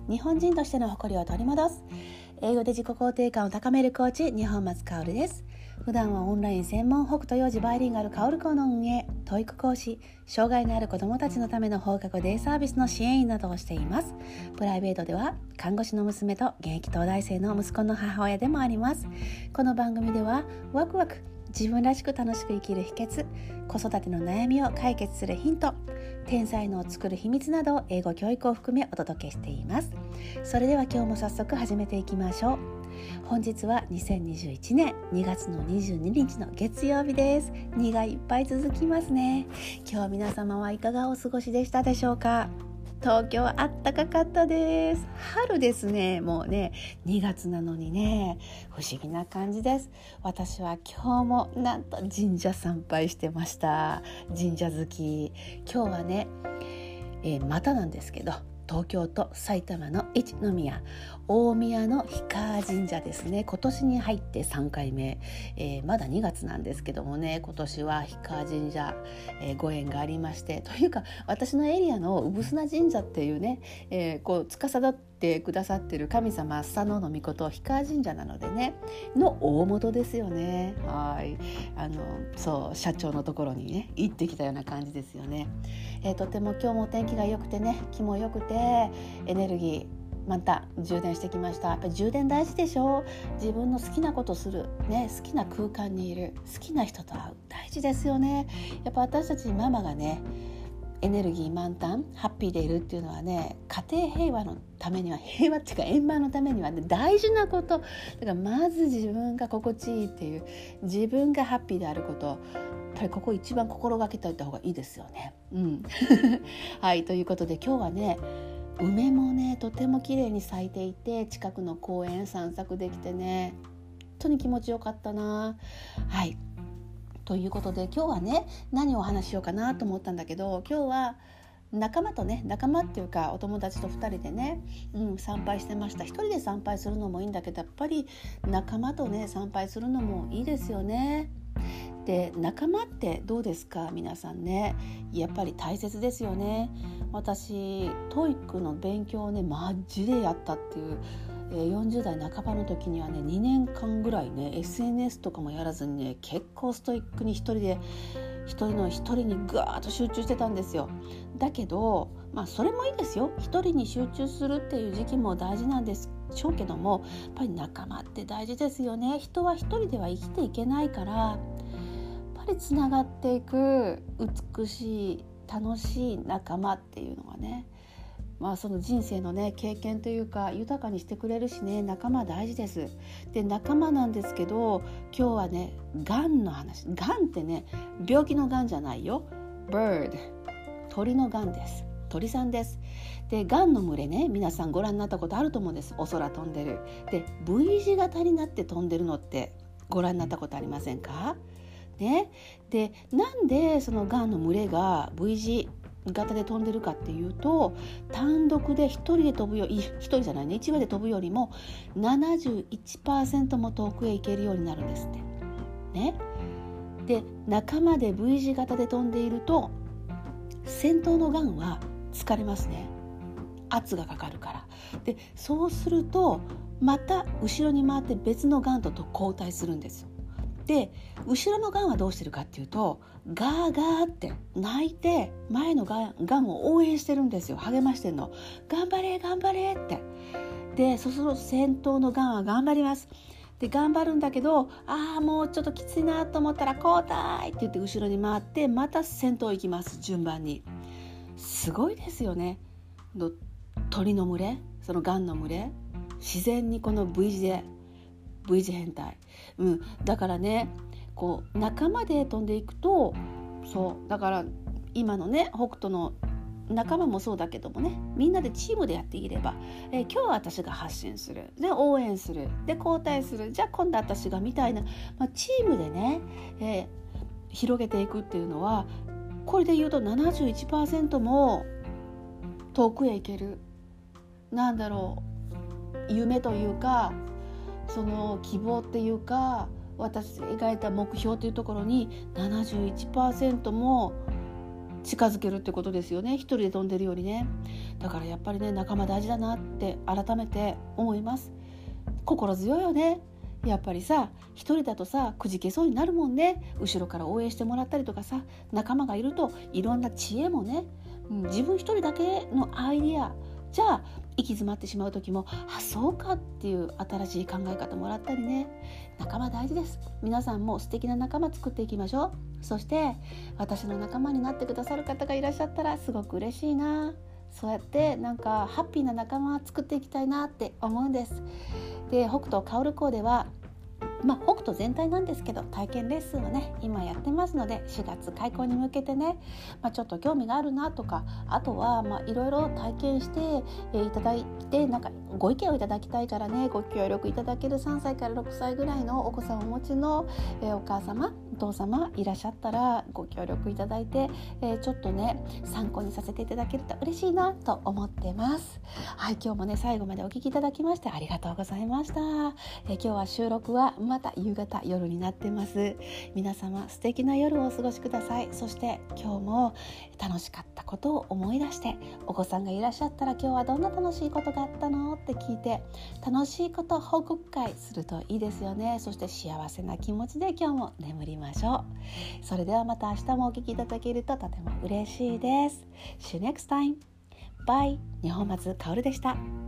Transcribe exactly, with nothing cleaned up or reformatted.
日本人としての誇りを取り戻す。英語で自己肯定感を高めるコーチ、二本松香織です。普段はオンライン専門北斗幼児バイリンガル香織校の運営、教育講師、障害のある子どもたちのための放課後デイサービスの支援員などをしています。プライベートでは看護師の娘と現役東大生の息子の母親でもあります。この番組ではワクワク自分らしく楽しく生きる秘訣、子育ての悩みを解決するヒント、天才のを作る秘密などを英語教育を含めお届けしています。それでは今日も早速始めていきましょう。本日はにせんにじゅういちねんにがつのにじゅうににちの月曜日です。にがいっぱい続きますね。今日皆様はいかがお過ごしでしたでしょうか。東京あったかかったです。春ですね。もうねにがつなのにね、不思議な感じです。私は今日もなんと神社参拝してました。神社好き。今日はね、えー、またなんですけど、東京と埼玉の一宮、大宮の氷川神社ですね。今年に入ってさんかいめ、えー、まだにがつなんですけどもね、今年は氷川神社、えー、ご縁がありまして、というか私のエリアの産砂神社っていうね、えー、こう司ってくださってる神様佐野の命氷川神社なのでね、の大元ですよね。はい、あのそう社長のところにね行ってきたような感じですよね。えー、とても今日も天気が良くてね、気も良くてエネルギーまた充電してきました。やっぱり充電大事でしょ。自分の好きなことする、ね、好きな空間にいる、好きな人と会う、大事ですよね。やっぱ私たちママがねエネルギー満タンハッピーでいるっていうのはね、家庭平和のためには、平和っていうか円満のためには、ね、大事なこと。だからまず自分が心地いいっていう、自分がハッピーであること、やっぱりここ一番心がけておいた方がいいですよね。うんはいということで今日はね、梅もねとても綺麗に咲いていて、近くの公園散策できてね、本当に気持ちよかったな。はいということで今日はね、何をお話ししようかなと思ったんだけど、今日は仲間とね、仲間っていうかお友達とふたりでね、うん、参拝してました。一人で参拝するのもいいんだけど、やっぱり仲間とね参拝するのもいいですよね。で、仲間ってどうですか皆さんね。やっぱり大切ですよね。私 トーイック の勉強をねマジでやったっていう、えー、よんじゅうだいなかばの時にはねにねんかんぐらいね エスエヌエス とかもやらずにね、結構ストイックに一人で一人の一人にガーッと集中してたんですよ。だけどまあそれもいいですよ。一人に集中するっていう時期も大事なんでしょうけども、やっぱり仲間って大事ですよね。人は一人では生きていけないから、やっぱりつながっていく美しい楽しい仲間っていうのがね、まあその人生のね経験というか豊かにしてくれるしね、仲間大事です。で、仲間なんですけど、今日はねがんの話。がんってね病気のがんじゃないよ。 bird 鳥のがんです。鳥さんです。で、がんの群れね、皆さんご覧になったことあると思うんです。お空飛んでる。で V 字型になって飛んでるのってご覧になったことありませんかね。で、なんでそのがんの群れが V 字型で飛んでるかっていうと、単独で一人で飛ぶより、一人じゃないね、一羽で飛ぶよりも ななじゅういちパーセント も遠くへ行けるようになるんですってね。で、仲間で V 字型で飛んでいると先頭のがんは疲れますね。圧がかかるから。で、そうするとまた後ろに回って別のがんと交代するんですよ。で、後ろのがんはどうしてるかっていうと、ガーガーって泣いて前のがん、がんを応援してるんですよ。励ましてるの。頑張れ頑張れって。で、そうすると先頭のがんは頑張ります。で、頑張るんだけど、ああもうちょっときついなと思ったら交代って言って後ろに回ってまた先頭行きます。順番に。すごいですよね。の鳥の群れ、そのがんの群れ、自然にこの V 字でV 字変態、うん、だからね、こう仲間で飛んでいくと、そうだから今のね北斗の仲間もそうだけどもね、みんなでチームでやっていれば、えー、今日は私が発信する、で応援する、で交代する、じゃあ今度私がみたいな、まあ、チームでね、えー、広げていくっていうのは、これで言うと ななじゅういちパーセント も遠くへ行ける、なんだろう、夢というかその希望っていうか、私が描いた目標というところに ななじゅういちパーセント も近づけるってことですよね。一人で飛んでるよりね。 だからやっぱりね、仲間大事だなって改めて思います。心強いよね。やっぱりさ、一人だとさくじけそうになるもんね。後ろから応援してもらったりとかさ、仲間がいるといろんな知恵もね、うん、自分一人だけのアイディアじゃあ行き詰まってしまう時も、あ、そうかっていう新しい考え方もらったりね。仲間大事です。皆さんも素敵な仲間作っていきましょう。そして私の仲間になってくださる方がいらっしゃったらすごく嬉しいな。そうやってなんかハッピーな仲間作っていきたいなって思うんです。で、北斗カオル校ではまあ、北斗全体なんですけど体験レッスンをね今やってますので、しがつ開校に向けてね、まあ、ちょっと興味があるなとか、あとはまあいろいろ体験して、えー、いただいて、なんかご意見をいただきたいからね、ご協力いただけるさんさいからろくさいぐらいのお子さんをお持ちの、えー、お母様お父様いらっしゃったらご協力いただいて、えー、ちょっとね参考にさせていただけると嬉しいなと思ってます。はい、今日もね最後までお聞きいただきましてありがとうございました。えー、今日は収録はまた夕方夜になってます。皆様素敵な夜をお過ごしください。そして今日も楽しかったことを思い出して、お子さんがいらっしゃったら今日はどんな楽しいことがあったのって聞いて、楽しいこと報告会するといいですよね。そして幸せな気持ちで今日も眠りましょう。それではまた明日もお聞きいただけるととても嬉しいです。See you next time. Bye. 二本松かおるでした。